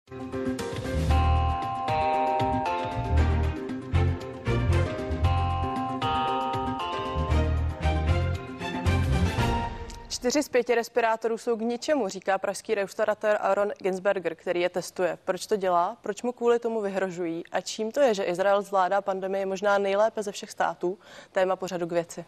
Čtyři z 5 respirátorů jsou k ničemu, říká pražský restauratér Aaron Ginsberger, který je testuje. Proč to dělá? Proč mu kvůli tomu vyhrožují? A čím to je, že Izrael zvládá pandemii možná nejlépe ze všech států? Téma pořadu K věci.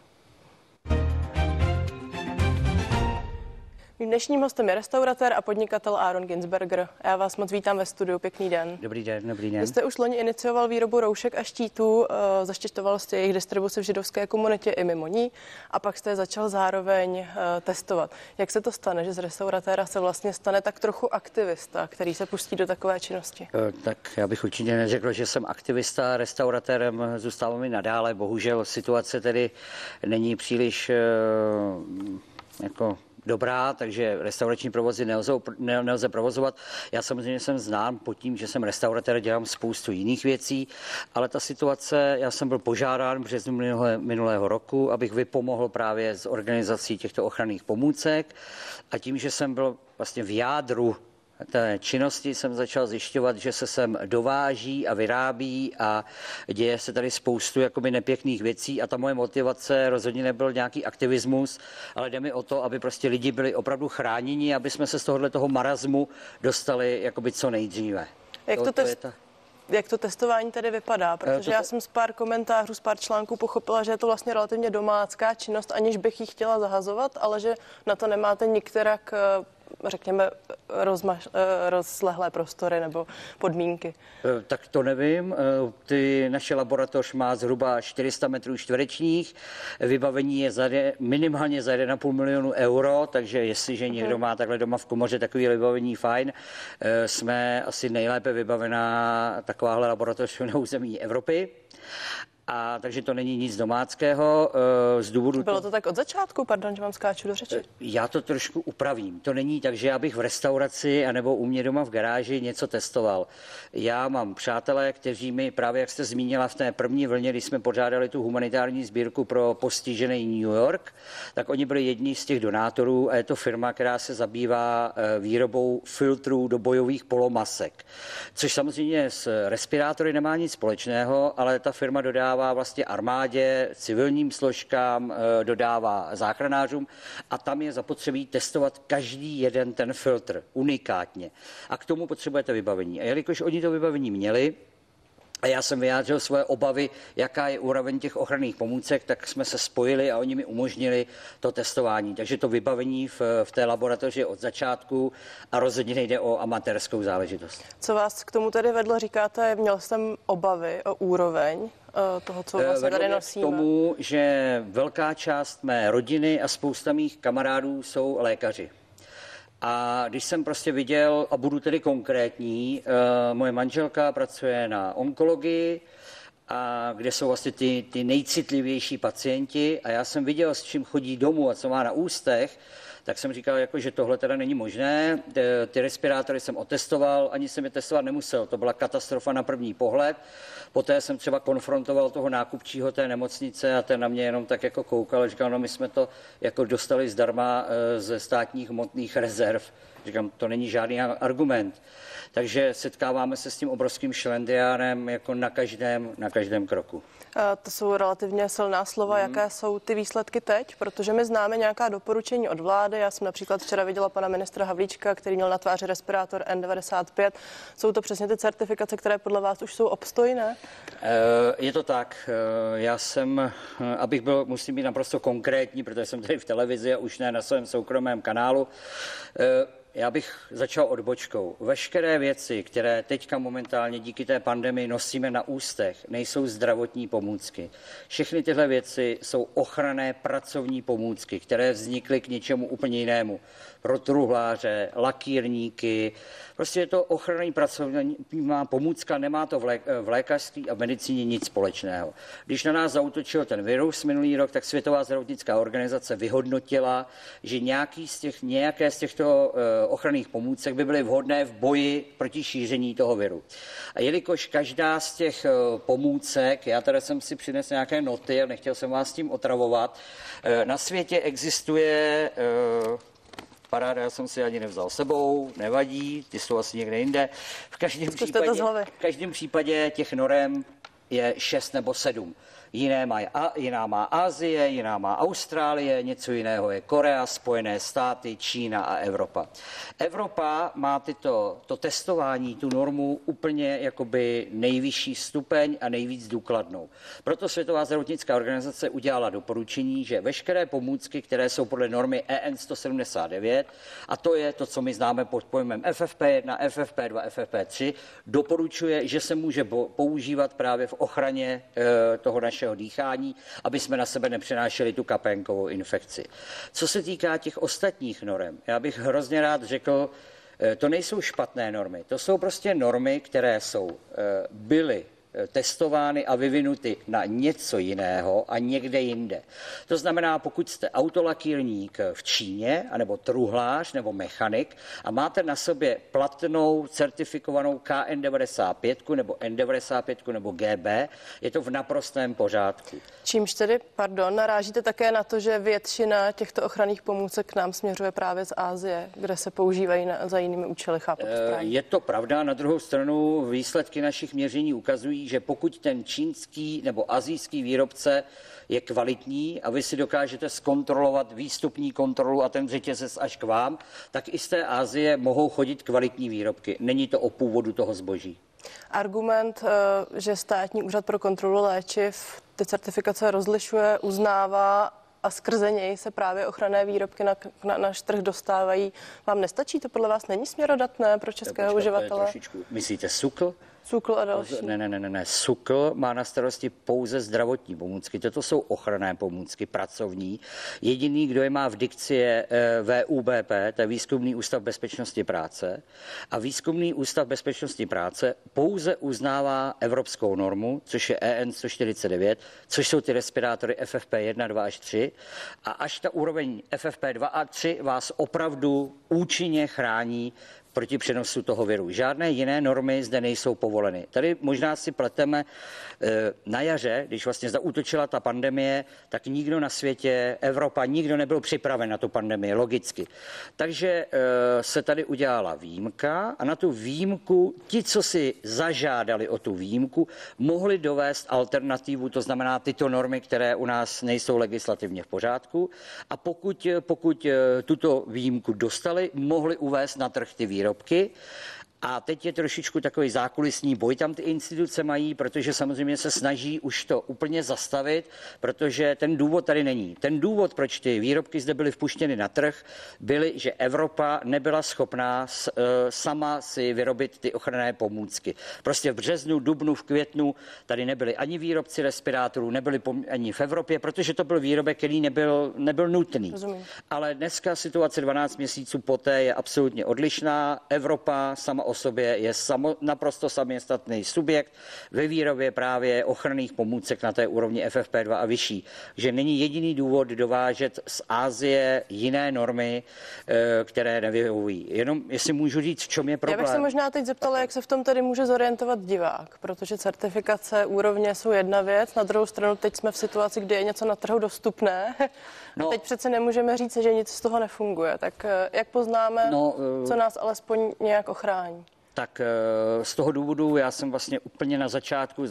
Mým dnešním hostem je restauratér a podnikatel Aaron Ginsberger. Já vás moc vítám ve studiu. Pěkný den. Dobrý den, dobrý den. Vy jste už loni inicioval výrobu roušek a štítů, zaštiťoval jste jejich distribuci v židovské komunitě i mimo ní a pak jste je začal zároveň testovat. Jak se to stane, že z restauratéra se vlastně stane tak trochu aktivista, který se pustí do takové činnosti? Tak já bych určitě neřekl, že jsem aktivista, restauratérem zůstávám i nadále. Bohužel situace tedy není příliš jako dobrá, takže restaurační provozy nelze provozovat. Já samozřejmě jsem znám pod tím, že jsem restauratér, dělám spoustu jiných věcí, ale ta situace, já jsem byl požádán v březnu minulého roku, abych vypomohl právě s organizací těchto ochranných pomůcek a tím, že jsem byl vlastně v jádru té činnosti, jsem začal zjišťovat, že se sem dováží a vyrábí a děje se tady spoustu jakoby nepěkných věcí a ta moje motivace rozhodně nebyl nějaký aktivismus, ale jde mi o to, aby prostě lidi byli opravdu chráněni, aby jsme se z tohoto marazmu dostali jakoby co nejdříve. Jak to testování tedy vypadá? Protože já jsem z pár komentářů, z pár článků pochopila, že je to vlastně relativně domácká činnost, aniž bych ji chtěla zahazovat, ale že na to nemáte nikterak, řekněme, rozlehlé prostory nebo podmínky. Tak to nevím. Naše laboratoř má zhruba 400 metrů čtverečních. Vybavení je minimálně za 1,5 milionu euro, takže jestliže někdo má takhle doma v komoře takové vybavení, fajn. Jsme asi nejlépe vybavená takováhle laboratoř na území Evropy. A takže to není nic domáckého. Z důvodu Bylo to tak od začátku? Pardon, že vám skáču do řeči. Já to trošku upravím. To není tak, že já bych v restauraci anebo u mě doma v garáži něco testoval. Já mám přátelé, kteří mi, právě jak jste zmínila v té první vlně, když jsme pořádali tu humanitární sbírku pro postižený New York, tak oni byli jedni z těch donátorů a je to firma, která se zabývá výrobou filtrů do bojových polomasek. Což samozřejmě s respirátory nemá nic společného, ale ta firma dodává vlastně armádě, civilním složkám, dodává záchranářům a tam je zapotřebí testovat každý jeden ten filtr unikátně. A k tomu potřebujete vybavení. A jelikož oni to vybavení měli, a já jsem vyjádřil svoje obavy, jaká je úroveň těch ochranných pomůcek, tak jsme se spojili a oni mi umožnili to testování. Takže to vybavení v té laboratoři od začátku a rozhodně nejde o amatérskou záležitost. Co vás k tomu tedy vedlo? Říkáte, měl jsem obavy o úroveň toho, co vlastně tady nosíme. K tomu, že velká část mé rodiny a spousta mých kamarádů jsou lékaři. A když jsem prostě viděl, a budu tedy konkrétní, moje manželka pracuje na onkologii, a kde jsou vlastně ty nejcitlivější pacienti a já jsem viděl, s čím chodí domů a co má na ústech, tak jsem říkal, jako, že tohle teda není možné. Ty respirátory jsem otestoval, ani jsem je testovat nemusel. To byla katastrofa na první pohled. Poté jsem třeba konfrontoval toho nákupčího té nemocnice a ten na mě jenom tak jako koukal a říkal, no my jsme to jako dostali zdarma ze státních hmotných rezerv. Říkám, to není žádný argument. Takže setkáváme se s tím obrovským šlendriánem jako na každém kroku. To jsou relativně silná slova. Jaké jsou ty výsledky teď? Protože my známe nějaká doporučení od vlády. Já jsem například včera viděla pana ministra Havlíčka, který měl na tváři respirátor N95. Jsou to přesně ty certifikace, které podle vás už jsou obstojné? Je to tak. Já jsem, musím být naprosto konkrétní, protože jsem tady v televizi a už ne na svém soukromém kanálu. Já bych začal odbočkou. Veškeré věci, které teďka momentálně díky té pandemii nosíme na ústech, nejsou zdravotní pomůcky. Všechny tyhle věci jsou ochranné pracovní pomůcky, které vznikly k něčemu úplně jinému. Pro truhláře, lakírníky, prostě je to ochranný pracovní pomůcka, nemá to v lékařství a v medicíně nic společného. Když na nás zaútočil ten virus minulý rok, tak Světová zdravotnická organizace vyhodnotila, že nějaké z těchto ochranných pomůcek by byly vhodné v boji proti šíření toho viru. A jelikož každá z těch pomůcek, já teda jsem si přinesl nějaké noty a nechtěl jsem vás tím otravovat, na světě existuje paráda, já jsem si ani nevzal sebou, nevadí, ty jsou asi někde jinde. V každém případě těch norem je 6 nebo 7. Jiná má Asie, jiná má Austrálie, něco jiného je Korea, Spojené státy, Čína a Evropa. Evropa má to testování, tu normu úplně jakoby nejvyšší stupeň a nejvíc důkladnou. Proto Světová zdravotnická organizace udělala doporučení, že veškeré pomůcky, které jsou podle normy EN 179, a to je to, co my známe pod pojmem FFP1, FFP2, FFP3, doporučuje, že se může používat právě v ochraně toho našeho dýchání, aby jsme na sebe nepřenášeli tu kapénkovou infekci. Co se týká těch ostatních norem, já bych hrozně rád řekl, to nejsou špatné normy, to jsou prostě normy, které byly testovány a vyvinuty na něco jiného a někde jinde. To znamená, pokud jste autolakírník v Číně, anebo truhlář, nebo mechanik a máte na sobě platnou certifikovanou KN95 nebo N95 nebo GB, je to v naprostém pořádku. Čímž tedy, narážíte také na to, že většina těchto ochranných pomůcek k nám směřuje právě z Asie, kde se používají za jinými účely, chápu? Je to pravda, na druhou stranu výsledky našich měření ukazují, že pokud ten čínský nebo asijský výrobce je kvalitní a vy si dokážete zkontrolovat výstupní kontrolu a ten řetězec až k vám, tak i z té Asie mohou chodit kvalitní výrobky. Není to o původu toho zboží. Argument, že Státní úřad pro kontrolu léčiv ty certifikace rozlišuje, uznává a skrze něj se právě ochranné výrobky na náš trh dostávají. Vám nestačí? To podle vás není směrodatné pro českého uživatele? Trošičku. Myslíte SÚKL? SÚKL a další. Ne. SÚKL má na starosti pouze zdravotní pomůcky. Toto jsou ochranné pomůcky, pracovní. Jediný, kdo je má v dikci, je VÚBP, to je Výzkumný ústav bezpečnosti práce. A Výzkumný ústav bezpečnosti práce pouze uznává evropskou normu, což je EN 149, což jsou ty respirátory FFP1, 2 až 3. A až ta úroveň FFP2 a 3 vás opravdu účinně chrání proti přenosu toho viru. Žádné jiné normy zde nejsou povoleny. Tady možná si pleteme na jaře, když vlastně zaútočila ta pandemie, tak nikdo na světě, Evropa, nikdo nebyl připraven na tu pandemii, logicky. Takže se tady udělala výjimka a na tu výjimku ti, co si zažádali o tu výjimku, mohli dovést alternativu, to znamená tyto normy, které u nás nejsou legislativně v pořádku. A pokud tuto výjimku dostali, mohli uvést na trh ty výrobky. A teď je trošičku takový zákulisní boj, tam ty instituce mají, protože samozřejmě se snaží už to úplně zastavit, protože ten důvod tady není. Ten důvod, proč ty výrobky zde byly vpuštěny na trh, byly, že Evropa nebyla schopná sama si vyrobit ty ochranné pomůcky. Prostě v březnu, dubnu, v květnu tady nebyli ani výrobci respirátorů, nebyli ani v Evropě, protože to byl výrobek, který nebyl nutný. Rozumím. Ale dneska situace 12 měsíců poté je absolutně odlišná. Evropa sama o sobě je naprosto samostatný subjekt ve výrobě právě ochranných pomůcek na té úrovni FFP2 a vyšší. Že není jediný důvod dovážet z Asie jiné normy, které nevyhovují. Jenom jestli můžu říct, v čem je problém. Já bych se možná teď zeptala, jak se v tom tedy může zorientovat divák, protože certifikace úrovně jsou jedna věc, na druhou stranu teď jsme v situaci, kdy je něco na trhu dostupné. No, a teď přece nemůžeme říct, že nic z toho nefunguje. Tak jak poznáme, co nás alespoň nějak ochrání? Tak z toho důvodu já jsem vlastně úplně na začátku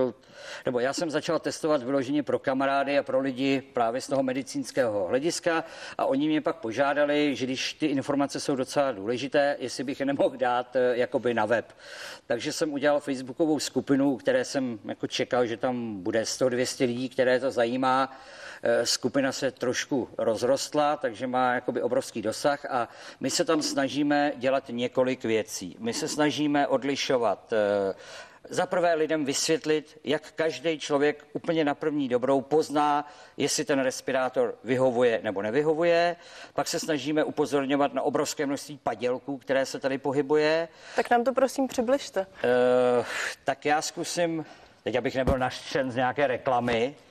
já jsem začal testovat vyloženě pro kamarády a pro lidi právě z toho medicínského hlediska a oni mě pak požádali, že když ty informace jsou docela důležité, jestli bych je nemohl dát jakoby na web. Takže jsem udělal facebookovou skupinu, které jsem jako čekal, že tam bude 100-200 lidí, které to zajímá. Skupina se trošku rozrostla, takže má jakoby obrovský dosah a my se tam snažíme dělat několik věcí. My se snažíme odlišovat za prvé lidem vysvětlit, jak každý člověk úplně na první dobrou pozná, jestli ten respirátor vyhovuje nebo nevyhovuje. Pak se snažíme upozorňovat na obrovské množství padělků, které se tady pohybuje. Tak nám to prosím přibližte. Tak já zkusím, teď abych nebyl naštřen z nějaké reklamy,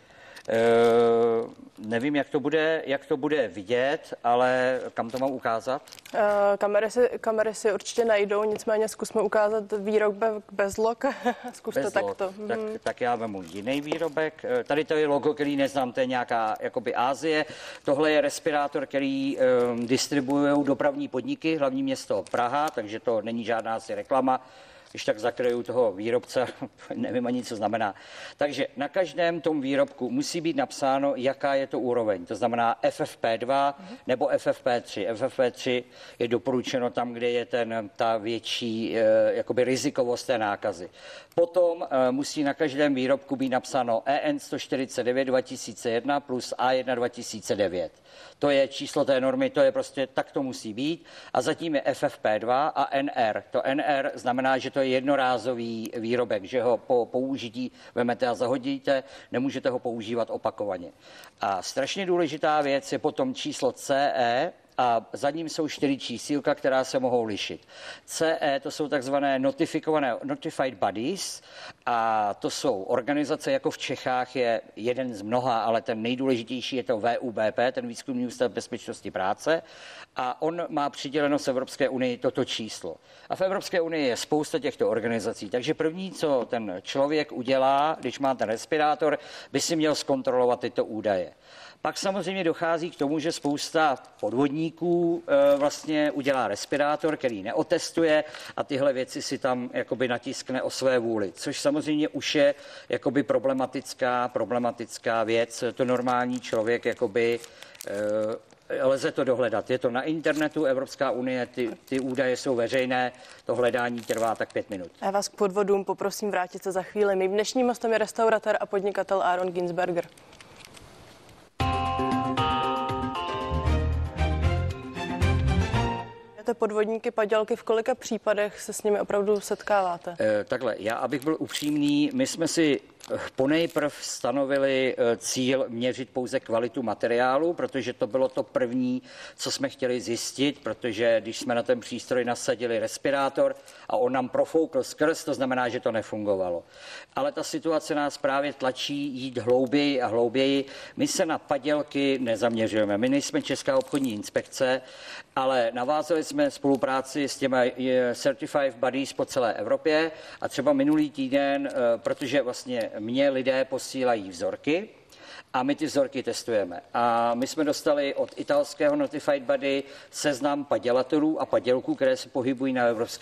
Nevím, jak to bude vidět, ale kam to mám ukázat? Kamery si určitě najdou, nicméně zkusme ukázat výrobek bez log. Zkus to takto. Tak já vemu jiný výrobek. Tady to je logo, který neznám, to je nějaká jakoby Asie. Tohle je respirátor, který distribuují dopravní podniky, hlavní město Praha, takže to není žádná asi reklama. Když tak zakryju toho výrobce, nevím ani, co znamená. Takže na každém tom výrobku musí být napsáno, jaká je to úroveň. To znamená FFP2 nebo FFP3. FFP3 je doporučeno tam, kde je ta větší jakoby rizikovost té nákazy. Potom musí na každém výrobku být napsáno EN 149 2001 plus A1 2009. To je číslo té normy, to je prostě, tak to musí být. A zatím je FFP2 a NR. To NR znamená, že to je jednorázový výrobek, že ho po použití vemete a zahodíte, nemůžete ho používat opakovaně. A strašně důležitá věc je potom číslo CE, a za ním jsou 4 čísílka, která se mohou lišit. CE to jsou takzvané Notified Bodies a to jsou organizace, jako v Čechách je jeden z mnoha, ale ten nejdůležitější je to VUBP, ten Výzkumný ústav bezpečnosti práce a on má přiděleno z Evropské unii toto číslo. A v Evropské unii je spousta těchto organizací, takže první, co ten člověk udělá, když má ten respirátor, by si měl zkontrolovat tyto údaje. Pak samozřejmě dochází k tomu, že spousta podvodníků vlastně udělá respirátor, který neotestuje a tyhle věci si tam jakoby natiskne o své vůli, což samozřejmě už je jakoby problematická věc. To normální člověk jakoby lze to dohledat. Je to na internetu, Evropská unie, ty údaje jsou veřejné, to hledání trvá tak 5 minut. Já vás k podvodům poprosím vrátit se za chvíli. Mým dnešním hostem je restauratér a podnikatel Aaron Ginsberger. Podvodníky, padělky, v kolika případech se s nimi opravdu setkáváte? Takhle, já abych byl upřímný, my jsme si ponejprv stanovili cíl měřit pouze kvalitu materiálu, protože to bylo to první, co jsme chtěli zjistit, protože když jsme na ten přístroj nasadili respirátor a on nám profoukl skrz, to znamená, že to nefungovalo. Ale ta situace nás právě tlačí jít hlouběji a hlouběji. My se na padělky nezaměřujeme. My nejsme Česká obchodní inspekce, ale navázali jsme spolupráci s těmi Certified Bodies po celé Evropě a třeba minulý týden, protože vlastně mě lidé posílají vzorky a my ty vzorky testujeme. A my jsme dostali od italského Notified Body seznam padělatelů a padělků, které se pohybují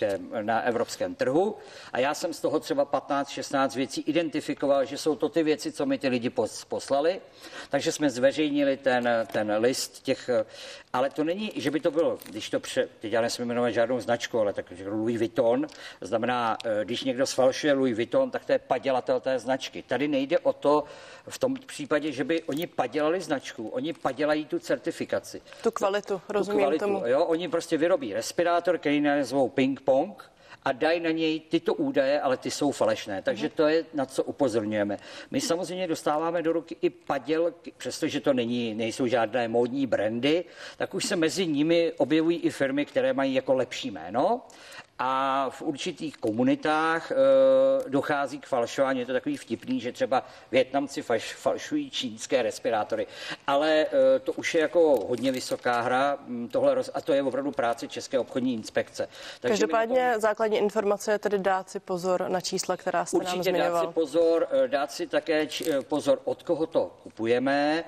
na evropském trhu. A já jsem z toho třeba 15-16 věcí identifikoval, že jsou to ty věci, co mi ty lidi poslali. Takže jsme zveřejnili ten list těch, ale to není, že by to bylo, když to teď já nesmím jmenovat žádnou značku, ale tak Louis Vuitton, znamená, když někdo sfalšuje Louis Vuitton, tak to je padělatel té značky. Tady nejde o to v tom případě, že by oni padělali značku, oni padělají tu certifikaci. Tu kvalitu, rozumím tomu. Jo, oni prostě vyrobí respirátor, který nazvou ping-pong, a dají na něj tyto údaje, ale ty jsou falešné. Takže to je, na co upozorňujeme. My samozřejmě dostáváme do ruky i padělky, přestože to nejsou žádné módní brandy, tak už se mezi nimi objevují i firmy, které mají jako lepší jméno. A v určitých komunitách dochází k falšování. Je to takový vtipný, že třeba Vietnamci falšují čínské respirátory. Ale to už je jako hodně vysoká hra. A to je opravdu práce České obchodní inspekce. Takže každopádně základní informace je tedy dát si pozor na čísla, která jste nám zmiňoval. Určitě dát si také pozor, od koho to kupujeme,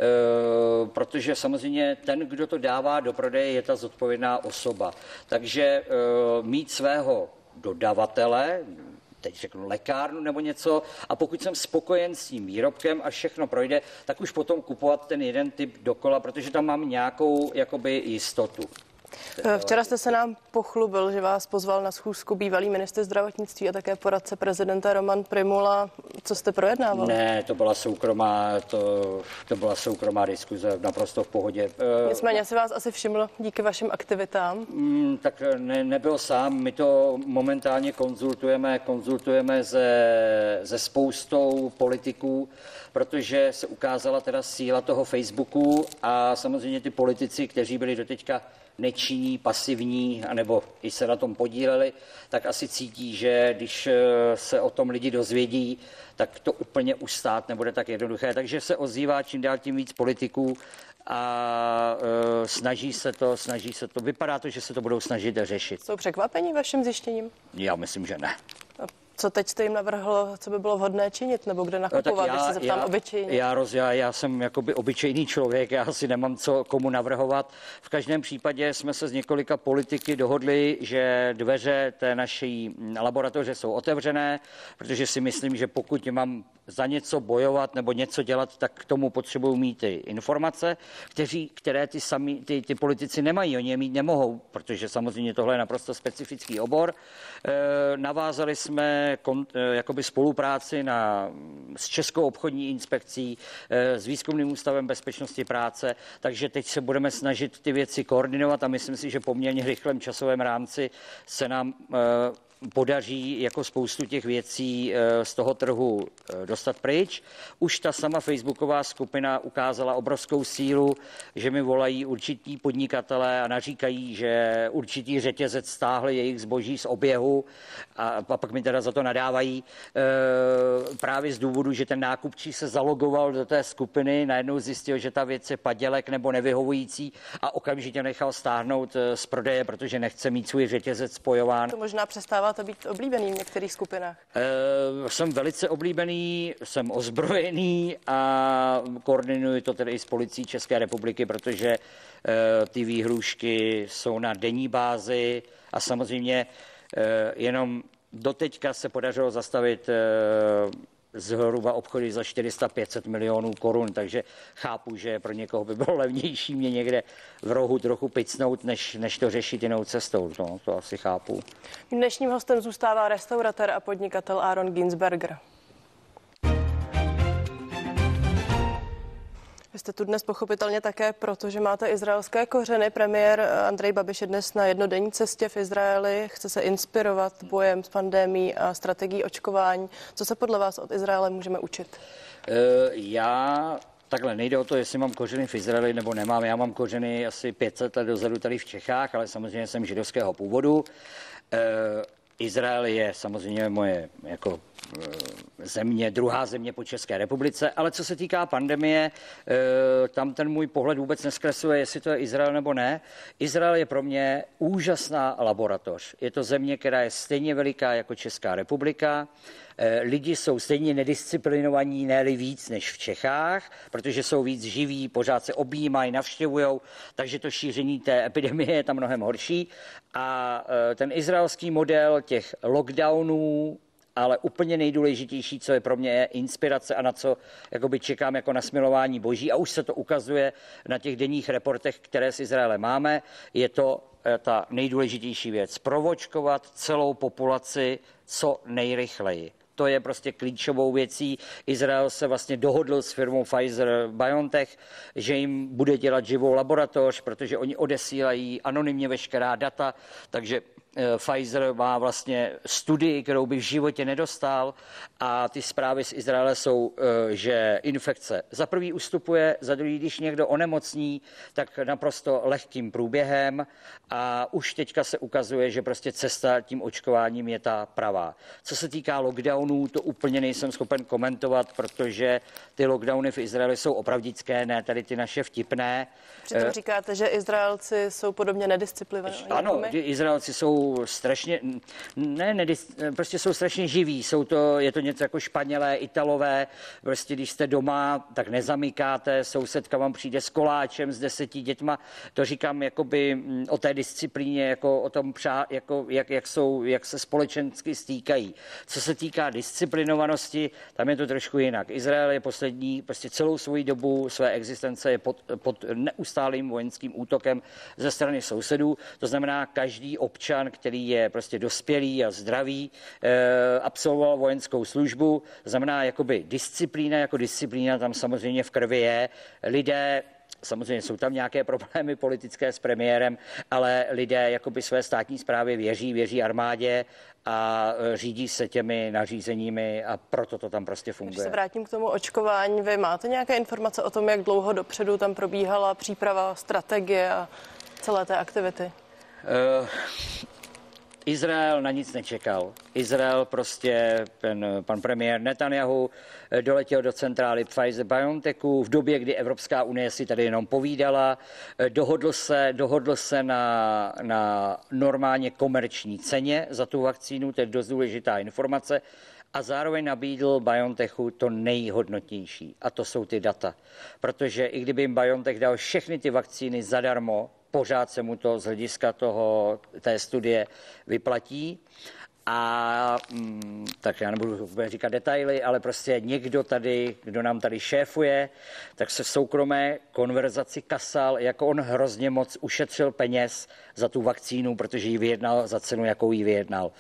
protože samozřejmě ten, kdo to dává do prodeje, je ta zodpovědná osoba. Takže mít svého dodavatele, teď řeknu lékárnu nebo něco, a pokud jsem spokojen s tím výrobkem a všechno projde, tak už potom kupovat ten jeden typ dokola, protože tam mám nějakou jakoby jistotu. Včera jste se nám pochlubil, že vás pozval na schůzku bývalý ministr zdravotnictví a také poradce prezidenta Roman Prymula. Co jste projednával? Ne, to byla soukromá diskuze, naprosto v pohodě. Nicméně si vás asi všiml díky vašim aktivitám. Tak nebyl sám, my to momentálně konzultujeme se spoustou politiků, protože se ukázala teda síla toho Facebooku a samozřejmě ty politici, kteří byli doteďka nečinní, pasivní, anebo i se na tom podíleli, tak asi cítí, že když se o tom lidi dozvědí, tak to úplně ustát nebude tak jednoduché. Takže se ozývá čím dál tím víc politiků a snaží se to. Vypadá to, že se to budou snažit řešit. Jsou překvapení vaším zjištěním? Já myslím, že ne. Co teď jste jim navrhl, co by bylo vhodné činit, nebo kde nakupovat, když se zeptám obyčejně? Já jsem jakoby obyčejný člověk, já si nemám co komu navrhovat. V každém případě jsme se s několika politiky dohodli, že dveře té naší laboratoře jsou otevřené, protože si myslím, že pokud mám za něco bojovat nebo něco dělat, tak k tomu potřebují mít ty informace, které ty politici nemají. Oni je mít nemohou, protože samozřejmě tohle je naprosto specifický obor. Navázali jsme jakoby spolupráci s Českou obchodní inspekcí, s Výzkumným ústavem bezpečnosti práce, takže teď se budeme snažit ty věci koordinovat a myslím si, že poměrně rychlém časovém rámci se nám podaří jako spoustu těch věcí z toho trhu dostat pryč. Už ta sama facebooková skupina ukázala obrovskou sílu, že mi volají určití podnikatelé a naříkají, že určitý řetězec stáhl jejich zboží z oběhu a pak mi teda za to nadávají právě z důvodu, že ten nákupčí se zalogoval do té skupiny, najednou zjistil, že ta věc je padělek nebo nevyhovující a okamžitě nechal stáhnout z prodeje, protože nechce mít svůj řetězec spojován. To možná přestává to být oblíbený v některých skupinách. Jsem velice oblíbený, jsem ozbrojený a koordinuji to tedy i s policií České republiky, protože ty výhrůžky jsou na denní bázi a samozřejmě jenom doteďka se podařilo zastavit zhruba obchody za 400-500 milionů korun, takže chápu, že pro někoho by bylo levnější mě někde v rohu trochu picnout, než to řešit jinou cestou. No, to asi chápu. Dnešním hostem zůstává restauratér a podnikatel Aaron Ginsberger. Vy jste tu dnes pochopitelně také, protože máte izraelské kořeny. Premiér Andrej Babiš je dnes na jednodenní cestě v Izraeli. Chce se inspirovat bojem s pandemií a strategií očkování. Co se podle vás od Izraele můžeme učit? Takhle nejde o to, jestli mám kořeny v Izraeli nebo nemám. Já mám kořeny asi 500 let dozadu tady v Čechách, ale samozřejmě jsem židovského původu. Izrael je samozřejmě moje jako země, druhá země po České republice, ale co se týká pandemie, tam ten můj pohled vůbec neskresluje, jestli to je Izrael nebo ne. Izrael je pro mě úžasná laboratoř. Je to země, která je stejně veliká jako Česká republika. Lidi jsou stejně nedisciplinovaní, ne-li víc než v Čechách, protože jsou víc živí, pořád se objímají, navštěvujou, takže to šíření té epidemie je tam mnohem horší. A ten izraelský model těch lockdownů, ale úplně nejdůležitější, co je pro mě, je inspirace a na co jakoby čekám jako na smilování boží. A už se to ukazuje na těch denních reportech, které z Izraele máme. Je to ta nejdůležitější věc. Provočkovat celou populaci co nejrychleji. To je prostě klíčovou věcí. Izrael se vlastně dohodl s firmou Pfizer-BioNTech, že jim bude dělat živou laboratoř, protože oni odesílají anonymně veškerá data, takže Pfizer má vlastně studii, kterou by v životě nedostal a ty zprávy z Izraele jsou, že infekce za prvý ustupuje, za druhý, když někdo onemocní, tak naprosto lehkým průběhem a už teďka se ukazuje, že prostě cesta tím očkováním je ta pravá. Co se týká lockdownů, to úplně nejsem schopen komentovat, protože ty lockdowny v Izraeli jsou opravdické, ne tady ty naše vtipné. Přitom říkáte, že Izraelci jsou podobně nedisciplinovaní. Ano, Izraelci jsou strašně, prostě jsou strašně živí. Je to něco jako Španělé, Italové. Prostě když jste doma, tak nezamykáte, sousedka vám přijde s koláčem s 10 dětma. To říkám jakoby o té disciplíně, jako o tom, jako jak se společensky stýkají. Co se týká disciplinovanosti, tam je to trošku jinak. Izrael je prostě celou svoji dobu své existence je pod neustálým vojenským útokem ze strany sousedů. To znamená, každý občan, který je prostě dospělý a zdravý, absolvoval vojenskou službu. To znamená, jakoby disciplína, jako disciplína tam samozřejmě v krvi je. Lidé, samozřejmě jsou tam nějaké problémy politické s premiérem, ale lidé jakoby své státní správě věří armádě a řídí se těmi nařízeními a proto to tam prostě funguje. Když se vrátím k tomu očkování, vy máte nějaké informace o tom, jak dlouho dopředu tam probíhala příprava, strategie? celé té aktivity? Izrael na nic nečekal. Izrael prostě, pan premiér Netanyahu doletěl do centrály Pfizer-BioNTechu v době, kdy Evropská unie si tady jenom povídala, dohodl se na normálně komerční ceně za tu vakcínu, to je dost důležitá informace, a zároveň nabídl BioNTechu to nejhodnotnější, a to jsou ty data. Protože i kdyby jim BioNTech dal všechny ty vakcíny zadarmo, pořád se mu to z hlediska té studie vyplatí. A tak já nebudu vůbec říkat detaily, ale prostě někdo tady, kdo nám tady šéfuje, tak se v soukromé konverzaci kasal, jako on hrozně moc ušetřil peněz za tu vakcínu, protože ji vyjednal za cenu, jakou ji vyjednal.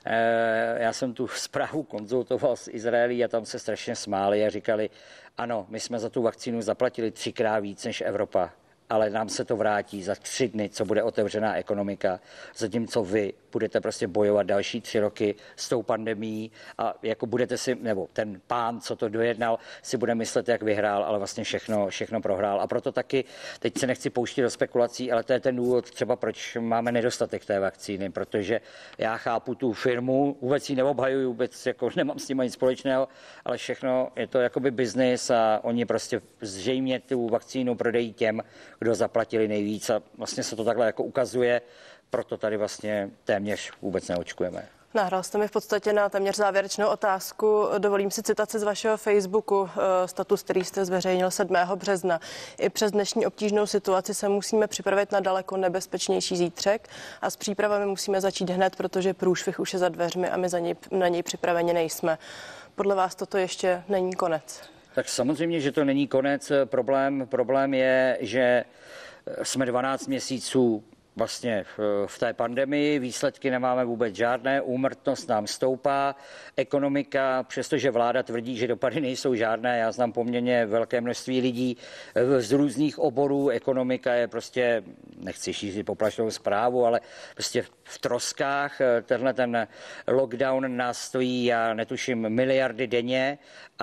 Já jsem tu zprávu konzultoval s Izraelí a tam se strašně smáli a říkali, ano, my jsme za tu vakcínu zaplatili 3krát víc než Evropa, ale nám se to vrátí za 3 dny, co bude otevřená ekonomika, zatímco vy budete prostě bojovat další 3 roky s tou pandemií a jako budete si, nebo ten pán, co to dojednal, si bude myslet, jak vyhrál, ale vlastně všechno prohrál. A proto taky, teď se nechci pouštět do spekulací, ale to je ten důvod třeba, proč máme nedostatek té vakcíny, protože já chápu tu firmu, vůbec ji neobhajuji, vůbec jako nemám s tím nic společného, ale všechno je to jakoby biznis a oni prostě zřejmě tu vakcínu prodají těm, kdo zaplatili nejvíc a vlastně se to takhle jako ukazuje, proto tady vlastně téměř vůbec neočkujeme. Nahrál jste mi v podstatě na téměř závěrečnou otázku. Dovolím si citaci z vašeho Facebooku, status, který jste zveřejnil 7. března. I přes dnešní obtížnou situaci se musíme připravit na daleko nebezpečnější zítřek a s přípravami musíme začít hned, protože průšvih už je za dveřmi a my na něj připraveni nejsme. Podle vás toto ještě není konec? Tak samozřejmě, že to není konec. Problém je, že jsme 12 měsíců vlastně v té pandemii, výsledky nemáme vůbec žádné, úmrtnost nám stoupá, ekonomika, přestože vláda tvrdí, že dopady nejsou žádné, já znám poměrně velké množství lidí z různých oborů, ekonomika je prostě, nechci šířit poplašnou zprávu, ale prostě v troskách, tenhle ten lockdown nás stojí, já netuším, miliardy denně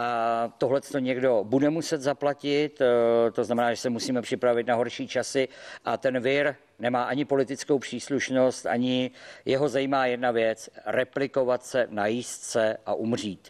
a tohle to někdo bude muset zaplatit, to znamená, že se musíme připravit na horší časy a ten vir nemá ani politickou příslušnost, ani jeho zajímá jedna věc, replikovat se, najíst se a umřít.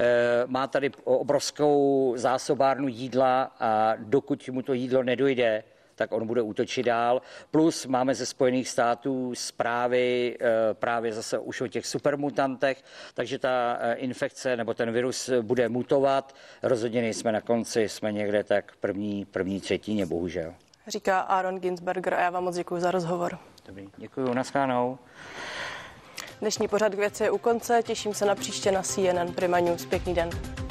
Má tady obrovskou zásobárnu jídla a dokud mu to jídlo nedojde, tak on bude útočit dál. Plus máme ze Spojených států zprávy právě zase už o těch supermutantech, takže ta infekce nebo ten virus bude mutovat. Rozhodně nejsme na konci, jsme někde tak první třetině, bohužel. Říká Aaron Ginsberger a já vám moc děkuji za rozhovor. Dobrý, děkuji, naschledanou. Dnešní pořad K věci je u konce, těším se na příště na CNN Prima News. Pěkný den.